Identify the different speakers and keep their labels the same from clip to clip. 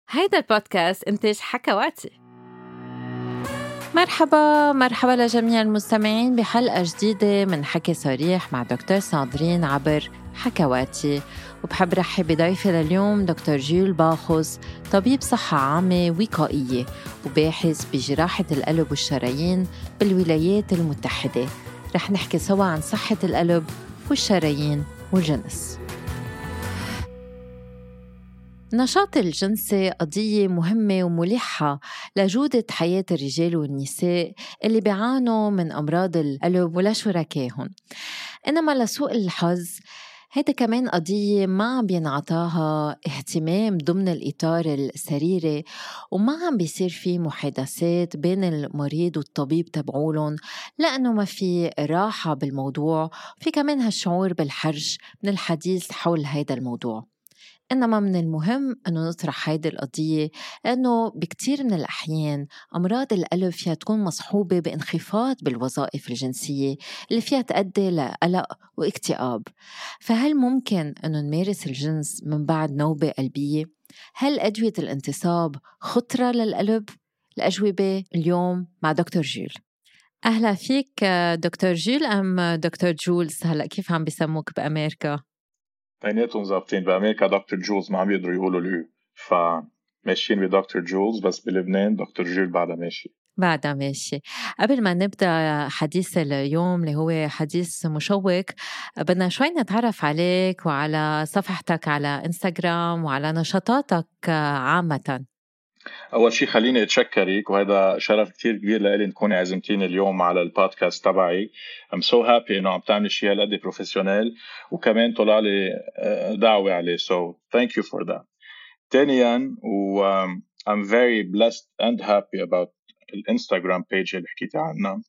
Speaker 1: هيدا البودكاست إنتاج حكواتي. مرحبا لجميع المستمعين بحلقة جديدة من حكي صريح مع دكتور ساندرين عبر حكواتي. وبحب رحب بضيفي لليوم دكتور جول باخوس، طبيب صحة عامة وقائية وباحث بجراحة القلب والشرايين بالولايات المتحدة. رح نحكي سوا عن صحة القلب والشرايين والجنس. النشاط الجنسي قضية مهمة وملحة لجودة حياة الرجال والنساء اللي بيعانوا من أمراض القلب ولشركائهم. إنما لسوء الحظ هيدا كمان قضية ما عم بينعطاها اهتمام ضمن الإطار السريري، وما عم بيصير في محادثات بين المريض والطبيب تبعولن، لأنه ما في راحة بالموضوع. في كمان هالشعور بالحرج من الحديث حول هيدا الموضوع. إنما من المهم أنه نطرح هيدي القضية، لأنه بكتير من الأحيان أمراض القلب فيها تكون مصحوبة بانخفاض بالوظائف الجنسية اللي فيها تؤدي لقلق واكتئاب. فهل ممكن أنه نمارس الجنس من بعد نوبة قلبية؟ هل أدوية الانتصاب خطرة للقلب؟ الأجوبة اليوم مع دكتور جول. أهلا فيك دكتور جول أم دكتور جولز؟ هلأ كيف عم بيسموك بأمريكا؟
Speaker 2: بيناتهم ظابطين. بأمريكا دكتور جولز ما عم يقدروا يقولوا له، فماشيين بدكتور جولز، بس بلبنان دكتور جول بعدها ماشي.
Speaker 1: بعدها ماشي. قبل ما نبدأ حديث اليوم اللي هو حديث مشوق، بدنا شوي نتعرف عليك وعلى صفحتك على انستغرام وعلى نشاطاتك عامة.
Speaker 2: أول شيء خليني أتشكرك، وهذا شرف كتير كبير لإلي نكوني عزمتيني اليوم على البودكاست تبعي. I'm so happy إنه عم تعمل شيء هالقد بروفيسيونيل، وكمان طلع لي دعوة عليه. So thank you for that. تانياً I'm very blessed and happy about الانستغرام page اللي حكيتي عنها.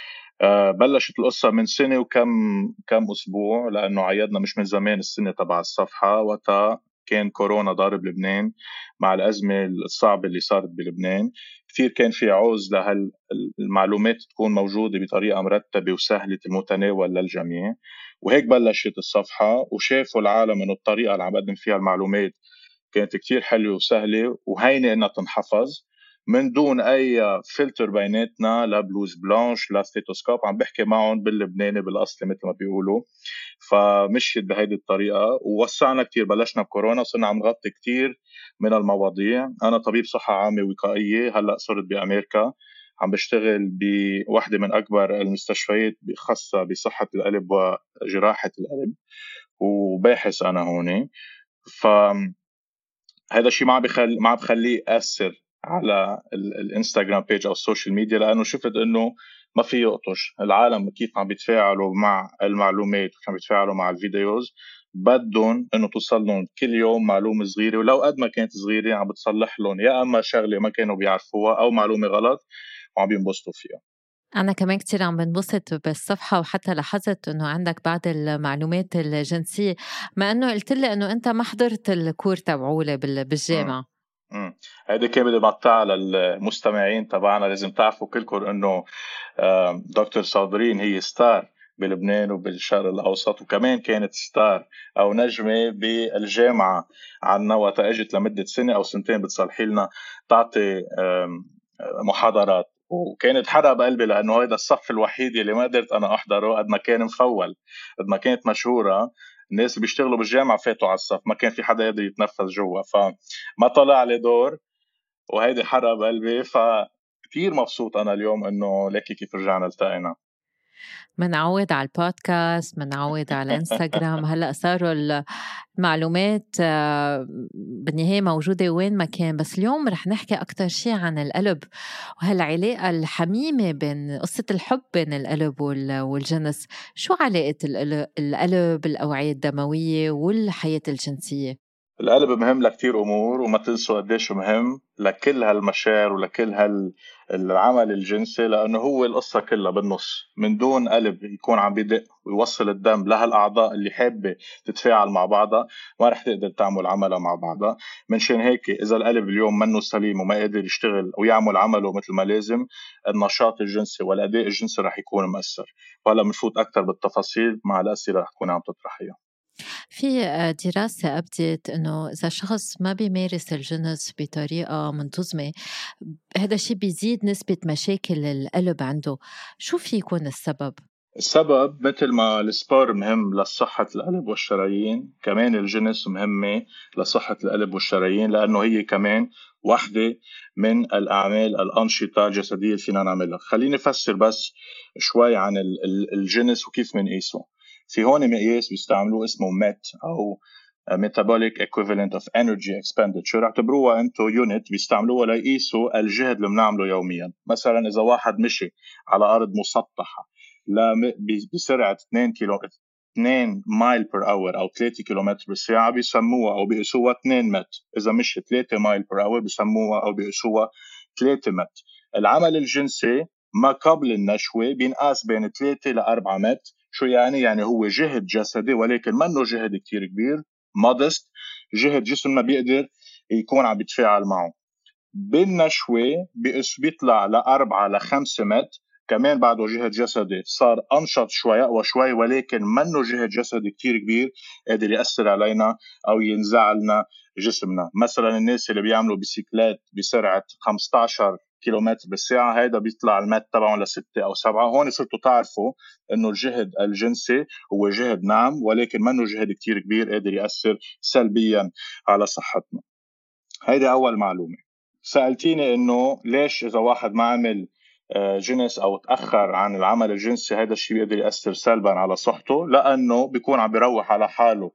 Speaker 2: بلشت القصة من سنة كم أسبوع، لأنه عيدنا مش من زمان السنة تبع الصفحة، وقتها كان كورونا ضارب لبنان مع الأزمة الصعبة اللي صارت بلبنان. كثير كان في عوز المعلومات تكون موجودة بطريقة مرتبة وسهلة المتناول للجميع، وهيك بلشت الصفحة. وشافوا العالم إنه الطريقة اللي عم بقدم فيها المعلومات كانت كتير حلوة وسهلة وهينة إنها تنحفظ من دون أي فلتر بيناتنا، لا بلوز بلانش لا ستيتوسكوب. عم بحكي معهم باللبناني بالأصل مثل ما بيقولوا. فمشيت بهيدي الطريقة ووسعنا كتير. بلشنا بكورونا صرنا عم نغطي كتير من المواضيع. أنا طبيب صحة عامة وقائية، هلأ صرت بأمريكا عم بشتغل بواحدة من أكبر المستشفيات خاصة بصحة القلب وجراحة القلب، وباحث أنا هون. فهذا الشيء ما بخليه أثر على الانستغرام بيج أو السوشيال ميديا، لأنه شفت إنه ما في يقطش العالم كيف عم بيتفاعلوا مع المعلومات وكيف عم بيتفاعلوا مع الفيديوز. بدهم إنه توصل لهم كل يوم معلومة صغيرة، ولو قد ما كانت صغيرة عم بتصلح لهم يا أما شغلة ما كانوا بيعرفوها أو معلومة غلط وعم بينبسطوا فيها.
Speaker 1: أنا كمان كتير عم بنبسط بالصفحة، وحتى لاحظت إنه عندك بعض المعلومات الجنسية، مع إنه قلت لي إنه أنت ما حضرت الكور تبعولي بالجامعة.
Speaker 2: هيدي كان بدي مقطع للمستمعين تبعنا. لازم تعرفوا كلكم انه دكتور صادرين هي ستار بلبنان وبالشرق الاوسط، وكمان كانت ستار او نجمه بالجامعه عنا وقت اجت لمده سنه او سنتين بتصلحي لنا تعطي محاضرات. وكانت حرقة بقلبي لانه هذا الصف الوحيد اللي ما قدرت انا احضره، قد ما كان مفول، قد ما كانت مشهوره. الناس اللي بيشتغلوا بالجامعة فاتوا على الصف، ما كان في حدا يقدر يتنفس جوا، فما طلع لي دور، وهيدي حرقة بقلبي. فكتير مبسوط أنا اليوم إنه ليكي كيف رجعنا التقينا.
Speaker 1: منعود على البودكاست، منعود على انستغرام، هلأ صاروا المعلومات بالنهاية موجودة وين ما كان. بس اليوم رح نحكي أكتر شيء عن القلب وهالعلاقة الحميمة بين قصة الحب بين القلب والجنس. شو علاقة القلب، الأوعية الدموية والحياة الجنسية؟
Speaker 2: القلب مهم لكتير أمور، وما تنسوا قديش مهم لكل هالمشاعر ولكل العمل الجنسي، لأنه هو القصة كلها بالنص. من دون قلب يكون عم بيدق ويوصل الدم لهالأعضاء اللي حابة تتفاعل مع بعضها، ما رح تقدر تعمل عملها مع بعضها. منشان هيك إذا القلب اليوم منه سليم وما قادر يشتغل ويعمل عمله مثل ما لازم، النشاط الجنسي والأداء الجنسي رح يكون مؤثر. وهلا بنفوت أكتر بالتفاصيل مع الأسئلة رح تكون عم تطرحيها.
Speaker 1: في دراسة أبدت إنه إذا شخص ما بيمارس الجنس بطريقة منتظمة، هذا الشيء بيزيد نسبة مشاكل القلب عنده. شو في يكون السبب؟
Speaker 2: السبب مثل ما السبور مهم لصحة القلب والشرايين، كمان الجنس مهمة لصحة القلب والشرايين، لأنه هي كمان واحدة من الأعمال الأنشطة الجسدية اللي فينا نعملها. خليني أفسر بس شوي عن الجنس وكيف منقيسه. في هون مقياس بيستعملوه اسمه ميت أو metabolic equivalent of energy expenditure. اعتبروها انتو يونت بيستعملوها ليقيسوا الجهد اللي بنعمله يوميا. مثلا اذا واحد مشي على ارض مسطحه بسرعه 2 مايل بير اور او 3 كيلومتر بالساعه، بيسموها او بيقيسوها 2 مت. اذا مشي 3 مايل بير اور بيسموها او بيقيسوها 3 مت. العمل الجنسي ما قبل النشوه بينقاس بين 3 ل 4 مت. شو يعني هو جهد جسدي ولكن منه جهد كتير كبير، مودست، جهد جسمنا بيقدر يكون عم بيتفاعل معه. بالنشوة بيطلع ل4 ل5 مت، كمان بعده جهد جسدي، صار أنشط شوي أقوى شوي ولكن منه جهد جسدي كتير كبير قادر يأثر علينا أو ينزعلنا جسمنا. مثلا الناس اللي بيعملوا بيسيكلات بسرعة 15 كيلومتر بالساعة، هيدا بيطلع المت تبعهم ل6 أو 7. هون صرتوا تعرفوا إنه الجهد الجنسي هو جهد نعم ولكن منه جهد كتير كبير قادر يأثر سلبيا على صحتنا. هيدي أول معلومة. سألتيني إنه ليش إذا واحد ما عمل جنس أو تأخر عن العمل الجنسي هذا الشيء بيقدر يأثر سلبا على صحته. لأنه بيكون عم بيروح على حاله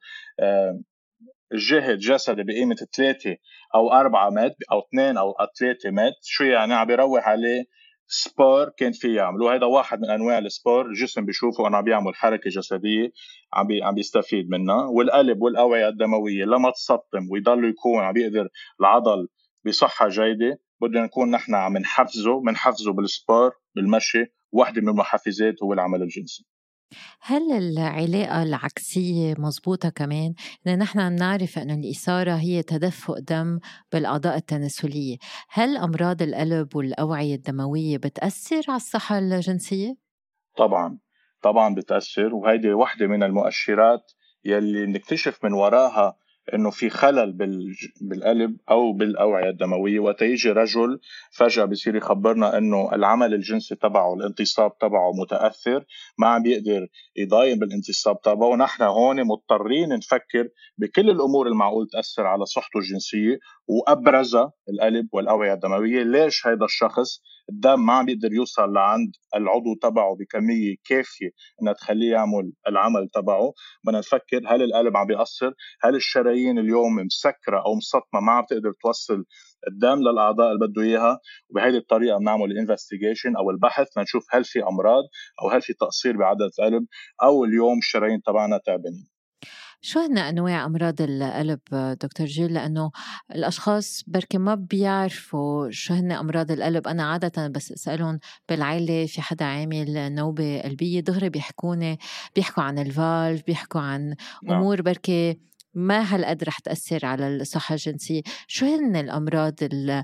Speaker 2: جهد جسدي بقيمة 3 أو 4 مت أو 2 أو 3 مت. شو يعني؟ عم بيروح عليه سبور كان فيه يعملوا. هذا واحد من انواع السبور، الجسم بيشوفه انا عم بيعمل حركه جسديه عم بيستفيد منها. والقلب والاوعيه الدمويه لما تسطم ويضل يكون عم بيقدر العضل بصحه جيده، بدنا نكون نحن عم نحفزه بالسبور بالمشي. واحده من المحفزات هو العمل الجنسي.
Speaker 1: هل العلاقة العكسية مزبوطة كمان؟ إن نحن بنعرف إنه الإثارة هي تدفق دم بالأعضاء التناسلية. هل أمراض القلب والأوعية الدموية بتأثر على الصحة الجنسية؟
Speaker 2: طبعا طبعا بتأثر، وهيدي واحدة من المؤشرات يلي بنكتشف من وراها انه في خلل بالقلب او بالاوعيه الدمويه. وقت يجي رجل فجاه بصير يخبرنا انه العمل الجنسي تبعه الانتصاب تبعه متاثر، ما عم بيقدر يضاين بالانتصاب تبعه، نحن هون مضطرين نفكر بكل الامور المعقول تاثر على صحته الجنسيه وابرزها القلب والاوعيه الدمويه. ليش هذا الشخص الدم ما عم بيقدر يوصل لعند العضو تبعه بكميه كافيه انها تخليه يعمل العمل تبعه؟ بدنا نفكر هل القلب عم بيأثر؟ هل الشرايين اليوم مسكره او مسطمه ما عم تقدر توصل الدم للاعضاء اللي بده اياها؟ وبهذه الطريقه بنعمل الانفستيجيشن او البحث لنشوف هل في امراض او هل في تقصير بعضله القلب او اليوم الشرايين تبعنا تعبانين.
Speaker 1: شو هن أنواع أمراض القلب دكتور جيل؟ لأنه الأشخاص بركي ما بيعرفوا شو هن أمراض القلب. أنا عادة بس أسألهم بالعائلة في حدا عامل نوبة قلبية دغري بيحكوا عن الفالف، بيحكوا عن
Speaker 2: نعم.
Speaker 1: أمور بركي ما هالقد رح تأثر على الصحة الجنسية. شو هن الأمراض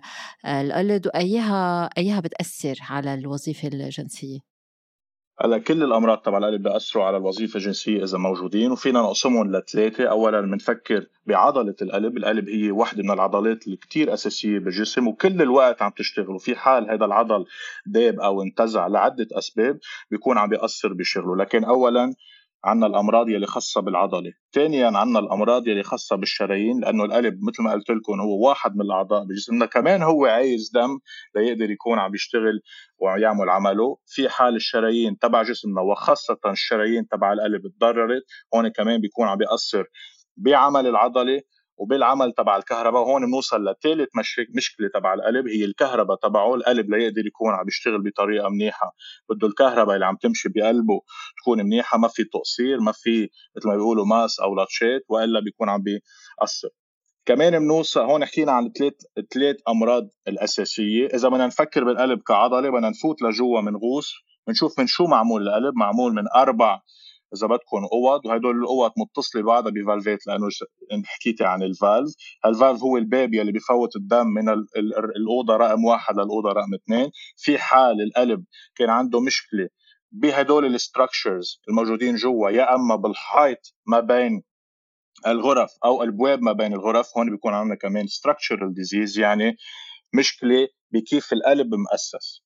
Speaker 1: القلب وأيها بتأثر على الوظيفة الجنسية؟
Speaker 2: هلا كل الامراض تبع القلب بياثروا على الوظيفه الجنسيه اذا موجودين، وفينا نقسمهم لثلاثه. اولا بنفكر بعضله القلب. القلب هي واحده من العضلات اللي كتير اساسيه بالجسم وكل الوقت عم تشتغل، وفي حال هذا العضل داب او انتزع لعده اسباب بيكون عم بيأثر بشغله. لكن اولا عنا الامراض يلي خاصه بالعضله، ثانيا عنا الامراض يلي خاصه بالشرايين، لانه القلب مثل ما قلت لكم هو واحد من الاعضاء بجسمنا، كمان هو عايز دم ليقدر يكون عم يشتغل ويعمل عمله. في حال الشرايين تبع جسمنا وخاصه الشرايين تبع القلب تضررت، هون كمان بيكون عم بيأثر بعمل العضله وبالعمل تبع الكهرباء. هون بنوصل لثالث مشكله تبع القلب، هي الكهرباء تبعه. القلب ليقدر يكون عم يشتغل بطريقه منيحه بده الكهرباء اللي عم تمشي بقلبه تكون منيحه، ما في تقصير، ما في مثل ما بيقولوا ماس او لاتشات، والا بيكون عم بيأثر. كمان بنوصل هون حكينا عن ثلاث امراض الاساسيه. اذا بدنا نفكر بالقلب كعضله بدنا نفوت لجوا من غوص بنشوف من شو معمول القلب. معمول من 4 اذا بدكم اوض، وهدول الاوض متصله ببعضها بفالفات. لانه حكيتي عن الفالف، الفالف هو الباب يلي بفوت الدم من الاوضه رقم 1 للاوضه رقم 2. في حال القلب كان عنده مشكله بهدول الستراكشرز الموجودين جوا، يا اما بالحيط ما بين الغرف أو البواب ما بين الغرف، هون بيكون عندنا كمان structural disease، يعني مشكلة بكيف القلب مؤسس.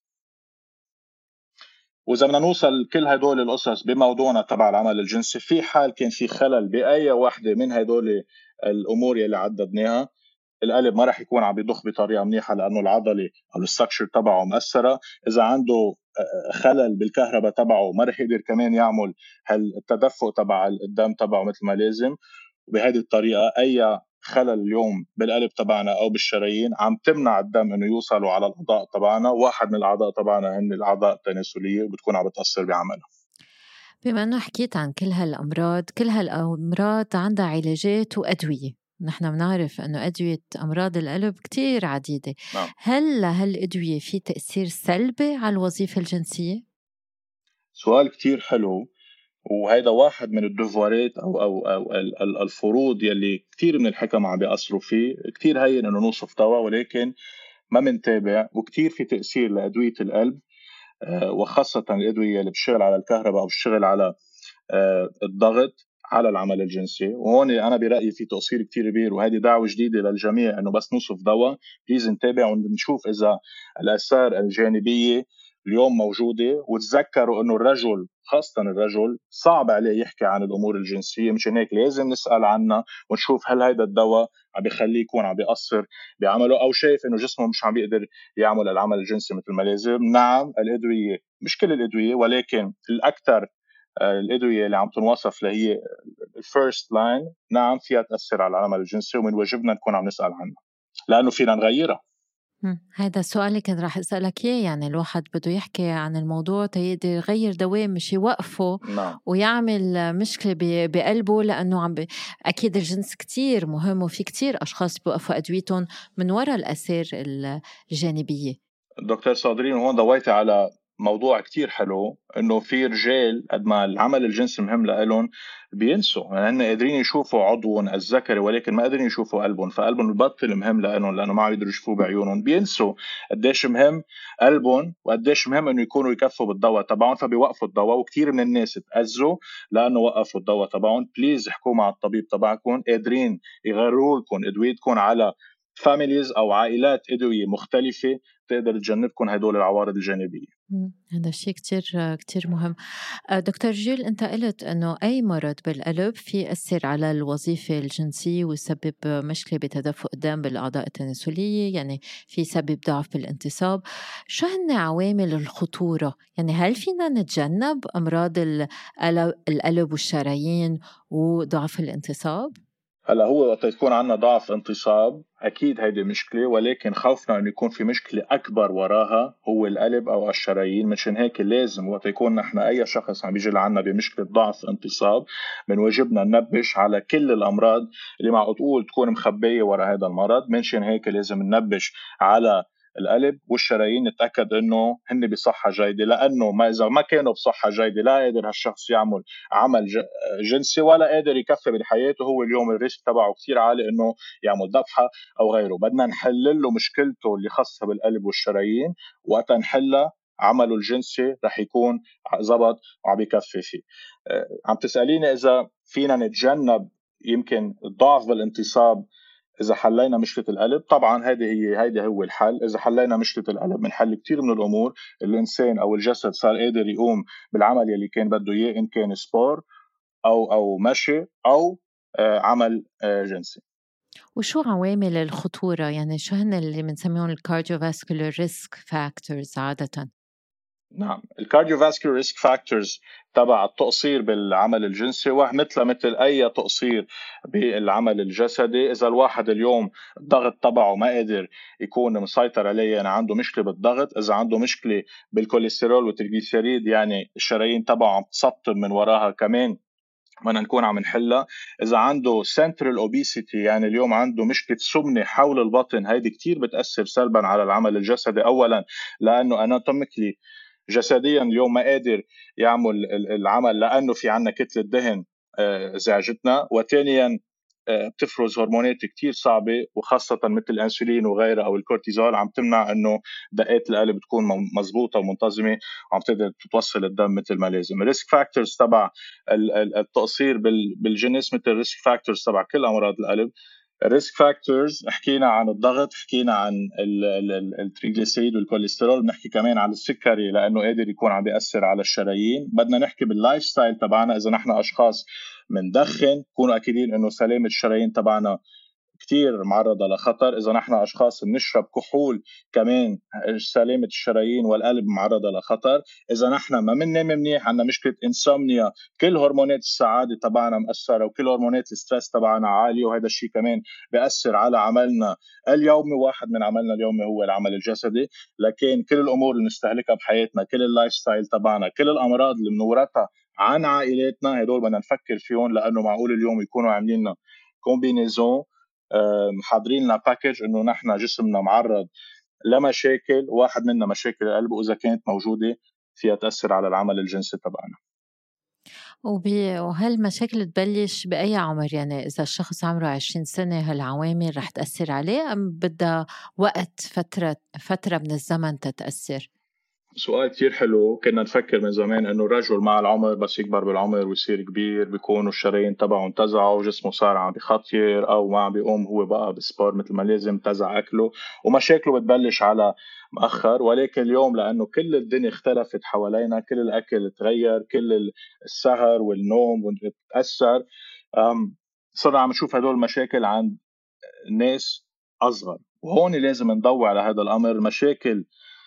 Speaker 2: وإذا بدنا نوصل كل هدول القصص بموضوعنا تبع العمل الجنسي، في حال كان في خلل بأي واحدة من هدول الأمور يلي عددناها، القلب ما رح يكون عم يضخ بطريقه منيحه لانه العضله او الستركشر تبعه مأثره. اذا عنده خلل بالكهرباء تبعه ما رح يقدر كمان يعمل التدفق تبع الدم تبعه مثل ما لازم. وبهذه الطريقه اي خلل اليوم بالقلب تبعنا او بالشرايين عم تمنع الدم انه يوصلوا على الاعضاء تبعنا. واحد من الاعضاء تبعنا هن الاعضاء التناسليه وبتكون عم بتاثر بعملها.
Speaker 1: بما أنه حكيت عن كل هالأمراض، كل هالأمراض عندها علاجات وأدوية. نحن بنعرف أنه أدوية أمراض القلب كتير عديدة.
Speaker 2: نعم.
Speaker 1: هل هالأدوية في تأثير سلبي على الوظيفة الجنسية؟
Speaker 2: سؤال كتير حلو، وهيدا واحد من الدفوارات أو الفروض يلي كتير من الحكم عم بيأثروا فيه. كتير هين إنه نوصف دواء ولكن ما منتابع، وكتير في تأثير لأدوية القلب، وخاصة الأدوية اللي بتشتغل على الكهرباء أو بتشتغل على الضغط على العمل الجنسي. وهون أنا برأيي في تقصير كتير كبير، وهذه دعوة جديدة للجميع إنه بس نوصف دواء بليز نتابع ونشوف إذا الآثار الجانبية اليوم موجودة. وتذكروا إنه الرجل، خاصة الرجل، صعب عليه يحكي عن الأمور الجنسية، مشان هيك لازم نسأل عنها ونشوف هل هيدا الدواء عم بيخليه يكون عم بيأثر بعمله أو شايف إنه جسمه مش عم بيقدر يعمل العمل الجنسي مثل ما لازم. نعم الأدوية، مش كل الأدوية ولكن الأكثر الأدوية اللي عم تنوصف اللي هي الفيرست لاين، نعم فيها تأثر على العمل الجنسي ومن واجبنا نكون عم نسأل عنها لأنه فينا نغيرها.
Speaker 1: هذا السؤال اللي كنت راح أسألك إياه، يعني الواحد بده يحكي عن الموضوع تيقدر يغير دوام مش يوقفه.
Speaker 2: نعم.
Speaker 1: ويعمل مشكلة بقلبه، لأنه أكيد الجنس كتير مهم وفي كتير أشخاص بيوقفوا أدويتهم من وراء الآثار الجانبية.
Speaker 2: دكتور صادرين، هون ضويتي على موضوع كتير حلو، انه في رجال قد ما العمل الجنسي مهم لهم بينسوا، يعني هن قادرين يشوفوا عضوهم الذكري ولكن ما قادرين يشوفوا قلبهم، فقلبهم البطل مهم لهم لانه ما عم يقدروا يشوفوه بعيونهم. بينسوا قديش مهم قلبهم وقديش مهم انه يكونوا يكفوا بالدواء تبعهم، فبيوقفوا الدواء. وكتير من الناس تأذوا لانه وقفوا الدواء تبعهم. بليز احكوا مع الطبيب تبعكم، قادرين يغيروا لكم ادويتكم على فاميليز او عائلات ادويه مختلفه تقدر تجنبكم هدول العوارض الجانبيه.
Speaker 1: هذا الشيء كتير مهم. دكتور جيل، أنت قلت أنه أي مرض بالقلب في يأثر على الوظيفة الجنسية ويسبب مشكلة بتدفق الدم بالأعضاء التناسلية، يعني في سبب ضعف بالانتصاب. شو هن عوامل الخطورة؟ يعني هل فينا نتجنب أمراض القلب والشرايين وضعف الانتصاب؟
Speaker 2: هلا هو وقت يكون عندنا ضعف انتصاب اكيد هيدي مشكله، ولكن خوفنا انه يكون في مشكله اكبر وراها هو القلب او الشرايين. مشان هيك لازم وقت يكون نحن اي شخص عم بيجي لعنا بمشكله ضعف انتصاب، من واجبنا ننبش على كل الامراض اللي معقول تكون مخبيه ورا هذا المرض. منشان هيك لازم ننبش على القلب والشرايين، نتاكد انه هن بصحه جيده، لانه ما اذا ما كانوا بصحه جيده لا قادر هالشخص يعمل عمل جنسي ولا قادر يكفي بحياته. هو اليوم الريسك تبعه كثير عالي انه يعمل ذبحه او غيره. بدنا نحل له مشكلته اللي خاصه بالقلب والشرايين، وقت نحلها عمله الجنسي رح يكون زبط وعم يكفي فيه. عم تسأليني إذا فينا نتجنب يمكن الضعف بالانتصاب إذا حلينا مشكلة القلب. طبعا هيدي هو الحل. إذا حلينا مشكلة القلب بنحل كتير من الأمور، الإنسان أو الجسد صار قادر يقوم بالعمل يلي كان بده إياه، إن كان سبور أو مشي أو عمل جنسي.
Speaker 1: وشو عوامل الخطورة؟ يعني شو هن اللي بنسميهم الكارديوفاسكولار ريسك فاكتورز عادة؟
Speaker 2: نعم، الكارديوفاسكولار ريسك فاكتورز تبع التقصير بالعمل الجنسي مثل اي تقصير بالعمل الجسدي. اذا الواحد اليوم الضغط تبعه ما قادر يكون مسيطر عليه، يعني عنده مشكله بالضغط، اذا عنده مشكله بالكوليسترول والتريغليسيريد يعني الشرايين تبعه عم تسطب من وراها، كمان بدنا نكون عم نحلها. اذا عنده سنترال اوبيسيتي يعني اليوم عنده مشكله سمنه حول البطن، هيدي كتير بتاثر سلبا على العمل الجسدي. اولا لانه اناتوميكلي جسديا اليوم ما قادر يعمل العمل لانه في عنا كتله دهن زعجتنا، وثانيا بتفرز هرمونات كتير صعبة، وخاصة مثل الأنسولين وغيرها أو الكورتيزول، عم تمنع إنه دقات القلب تكون مزبوطة ومنتظمة وعم تقدر توصل الدم مثل ما لازم. الريسك فاكتورز تبع التقصير بالجنس مثل الريسك فاكتورز تبع كل أمراض القلب. الريسك فاكتورز حكينا عن الضغط، حكينا عن التريغليسيريد والكوليسترول، بنحكي كمان عن السكري لانه قادر يكون عم بيأثر على الشرايين. بدنا نحكي باللايف ستايل تبعنا، اذا نحن اشخاص مندخن كونوا اكيدين انه سلامه الشرايين تبعنا كتير معرضة لخطر. إذا نحن أشخاص بنشرب كحول كمان سلامة الشرايين والقلب معرضة لخطر. إذا نحن ما بننام منيح، عندنا مشكلة إنسومنيا، كل هرمونات السعادة تبعنا مأثرة وكل هرمونات الستريس تبعنا عالية، وهذا الشيء كمان بيأثر على عملنا اليومي. واحد من عملنا اليومي هو العمل الجسدي، لكن كل الأمور اللي نستهلكها بحياتنا، كل اللايف ستايل تبعنا، كل الأمراض اللي بنورثها عن عائلاتنا، هدول بدنا نفكر فيهم، لأنه معقول اليوم يكونوا عاملين لنا كومبينيزون محضرين لنا باكج انه نحن جسمنا معرض لمشاكل، واحد منها مشاكل القلب، واذا كانت موجوده فيها تاثر على العمل الجنسي تبعنا.
Speaker 1: وهالمشاكل تبلش بأي عمر؟ يعني إذا الشخص عمره 20 سنة هالعوامل رح تأثر عليه، أم بدها وقت فترة من الزمن تتأثر؟
Speaker 2: سؤال كتير حلو. كنا نفكر من زمان انه الرجل مع العمر بس يكبر بالعمر ويصير كبير بيكونوا الشرايين تبعه انتزعوا وجسمه صار عم بخطير او ما عم بيقوم هو بقى بالسبور مثل ما لازم، انتزع اكله ومشاكله بتبلش على مؤخر. ولكن اليوم لانه كل الدنيا اختلفت حوالينا، كل الاكل تغير، كل السهر والنوم تاثر، صرنا عم نشوف هدول المشاكل عند الناس اصغر. وهون لازم نضوي على هذا الامر مشاكل،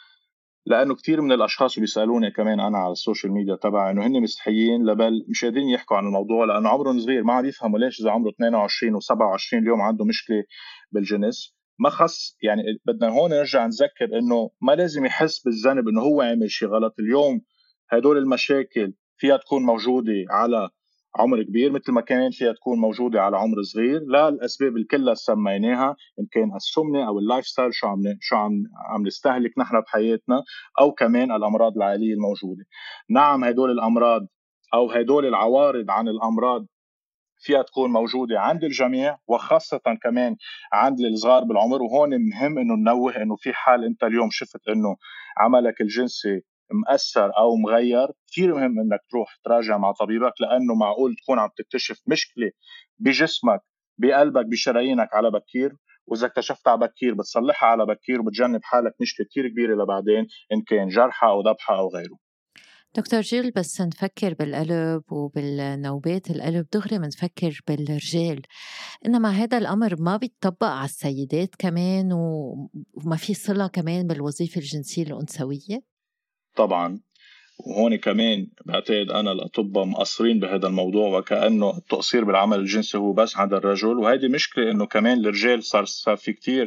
Speaker 2: لانه كثير من الاشخاص بيسالوني كمان انا على السوشيال ميديا تبع انه هن مستحيين لبل مش قادرين يحكوا عن الموضوع لانه عمرهم صغير، ما عم يفهموا ليش اذا عمره 22 و27 اليوم عنده مشكله بالجنس. ما خص يعني بدنا هون نرجع نذكر انه ما لازم يحس بالذنب انه هو عمل شيء غلط. اليوم هدول المشاكل فيها تكون موجوده على عمر كبير مثل ما كمان فيها تكون موجوده على عمر صغير، لا الاسباب اللي كلها سميناها، ان كان السمنه او اللايف ستايل شو عم نستهلك نحن بحياتنا، او كمان الامراض العائليه الموجوده. نعم هدول الامراض او هدول العوارض عن الامراض فيها تكون موجودة عند الجميع وخاصة كمان عند الصغار بالعمر. وهون مهم انه ننوه انه في حال انت اليوم شفت انه عملك الجنسي مأثر او مغير، كثير مهم انك تروح تراجع مع طبيبك، لانه معقول تكون عم تكتشف مشكلة بجسمك بقلبك بشرايينك على بكير، واذا اكتشفتها على بكير بتصلحها على بكير وبتجنب حالك مشكلة كثير كبيرة لبعدين، ان كان جرحى او ذبحة او غيره.
Speaker 1: دكتور جيل، بس نفكر بالقلب وبالنوبات القلب دغري منفكر بالرجال، إنما هذا الأمر ما بيتطبق على السيدات كمان وما في صلة كمان بالوظيفة الجنسية الأنثوية؟
Speaker 2: طبعا، وهون كمان بعتقد أنا الأطباء مقصرين بهذا الموضوع، وكأنه التقصير بالعمل الجنسي هو بس عند الرجل. وهذه مشكلة إنه كمان الرجال صار في كتير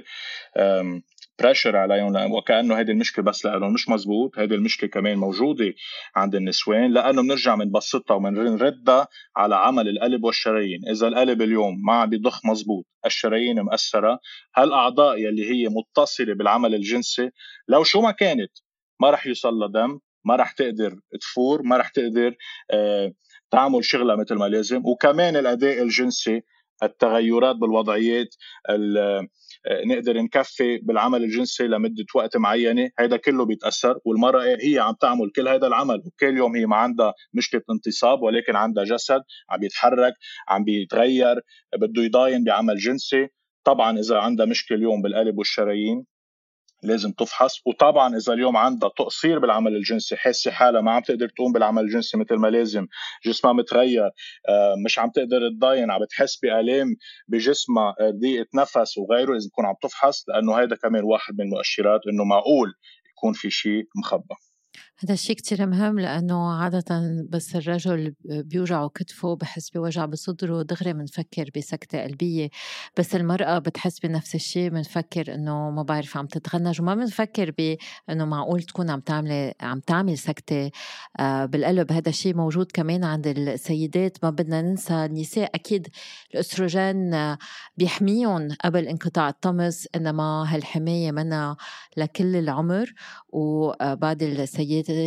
Speaker 2: بريشر عليهم، وكأنه هذه المشكلة بس لهم. مش مزبوط، هذه المشكلة كمان موجودة عند النسوان، لأنه بنرجع بنبسطها وبنردها على عمل القلب والشرايين. إذا القلب اليوم ما عم بيضخ مزبوط، الشرايين مأثرة، هالأعضاء يلي هي متصلة بالعمل الجنسي لو شو ما كانت ما رح يوصل لها دم، ما رح تقدر تفور، ما رح تقدر تعمل شغلها مثل ما لازم. وكمان الأداء الجنسي، التغيرات بالوضعيات، نقدر نكفي بالعمل الجنسي لمدة وقت معينة، هيدا كله بيتأثر. والمرأة هي عم تعمل كل هذا العمل وكل يوم هي ما عندها مشكلة انتصاب، ولكن عندها جسد عم بيتحرك، عم بيتغير، بده يضاين بعمل جنسي. طبعا إذا عندها مشكلة اليوم بالقلب والشرايين لازم تفحص. وطبعا اذا اليوم عندها تقصير بالعمل الجنسي، حاسه حالها ما عم تقدر تقوم بالعمل الجنسي مثل ما لازم، جسمها متغير، مش عم تقدر تضاين، عم بتحس بآلام بجسمها، ضيقه نفس وغيره، لازم تكون عم تفحص، لانه هذا كمان واحد من المؤشرات انه معقول يكون في شيء مخبى.
Speaker 1: هذا الشيء كتير مهم، لأنه عادة بس الرجل بيوجعه كتفه بحس بوجع بصدره دغري منفكر بسكتة قلبية، بس المرأة بتحس بنفس الشيء منفكر إنه ما بعرف عم تتغنج، وما منفكر بإنه معقول تكون عم تعمل سكتة بالقلب. هذا الشيء موجود كمان عند السيدات. ما بدنا ننسى النساء أكيد الأستروجين بيحميهم قبل انقطاع الطمس، إنما هالحماية منا لكل العمر، وبعد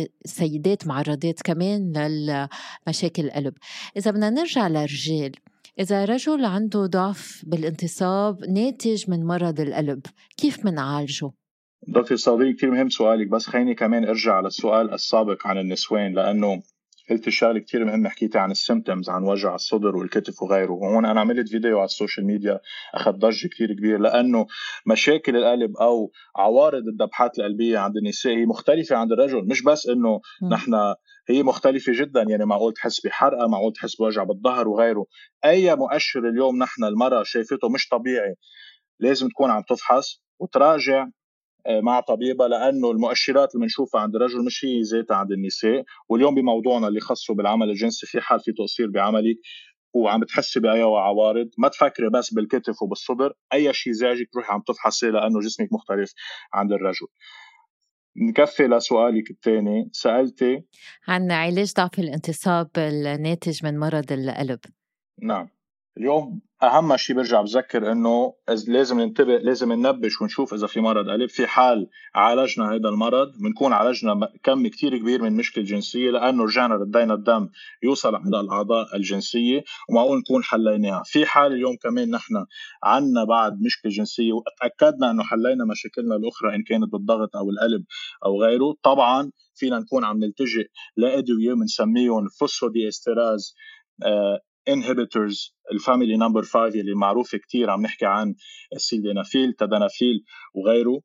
Speaker 1: السيدات معرضات كمان للمشاكل القلب. إذا بدنا نرجع للرجال، إذا رجل عنده ضعف بالانتصاب ناتج من مرض القلب كيف منعالجه؟
Speaker 2: دكتور صديق كتير مهم سؤالك، بس خليني كمان ارجع على السؤال السابق عن النسوان، لانه قلت شغله كتير مهم، حكيتي عن السيمتومز، عن وجع الصدر والكتف وغيره. وهون انا عملت فيديو على السوشيال ميديا اخذ ضجه كتير كبير، لانه مشاكل القلب او عوارض الذبحات القلبيه عند النساء هي مختلفه عند الرجل. مش بس انه نحن، هي مختلفه جدا. يعني معقول تحس بحرقه، معقول تحس بوجع بالظهر وغيره. اي مؤشر اليوم نحن المراه شايفته مش طبيعي لازم تكون عم تفحص وتراجع مع طبيبة، لأنه المؤشرات اللي بنشوفها عند الرجل مش هي ذاتها عند النساء. واليوم بموضوعنا اللي خصه بالعمل الجنسي، في حال في تقصير بعملك وعم بتحسي بأي عوارض، ما تفكري بس بالكتف وبالصدر، أي شيء زعجك روحي عم تفحصي، لأنه جسمك مختلف عند الرجل. نكفي لسؤالك الثاني، سألتي
Speaker 1: عن علاج ضعف الانتصاب الناتج من مرض القلب.
Speaker 2: نعم. اليوم اهم شيء برجع بذكر انه لازم ننتبه، لازم ننبش ونشوف اذا في مرض قلب. في حال عالجنا هذا المرض بنكون عالجنا كم كتير كبير من مشكله جنسيه، لانه رجعنا ردينا الدم يوصل على الاعضاء الجنسيه ومعقول نكون حليناها. في حال اليوم كمان نحن عنا بعد مشكله جنسيه وتاكدنا انه حلينا مشاكلنا الاخرى ان كانت بالضغط او القلب او غيره، طبعا فينا نكون عم نلتجئ لادويه بنسميهم فوسفوديستيراز inhibitors الفاميلي نمبر 5 اللي معروفه كتير. عم نحكي عن السيلدينافيل، تدانافيل وغيره.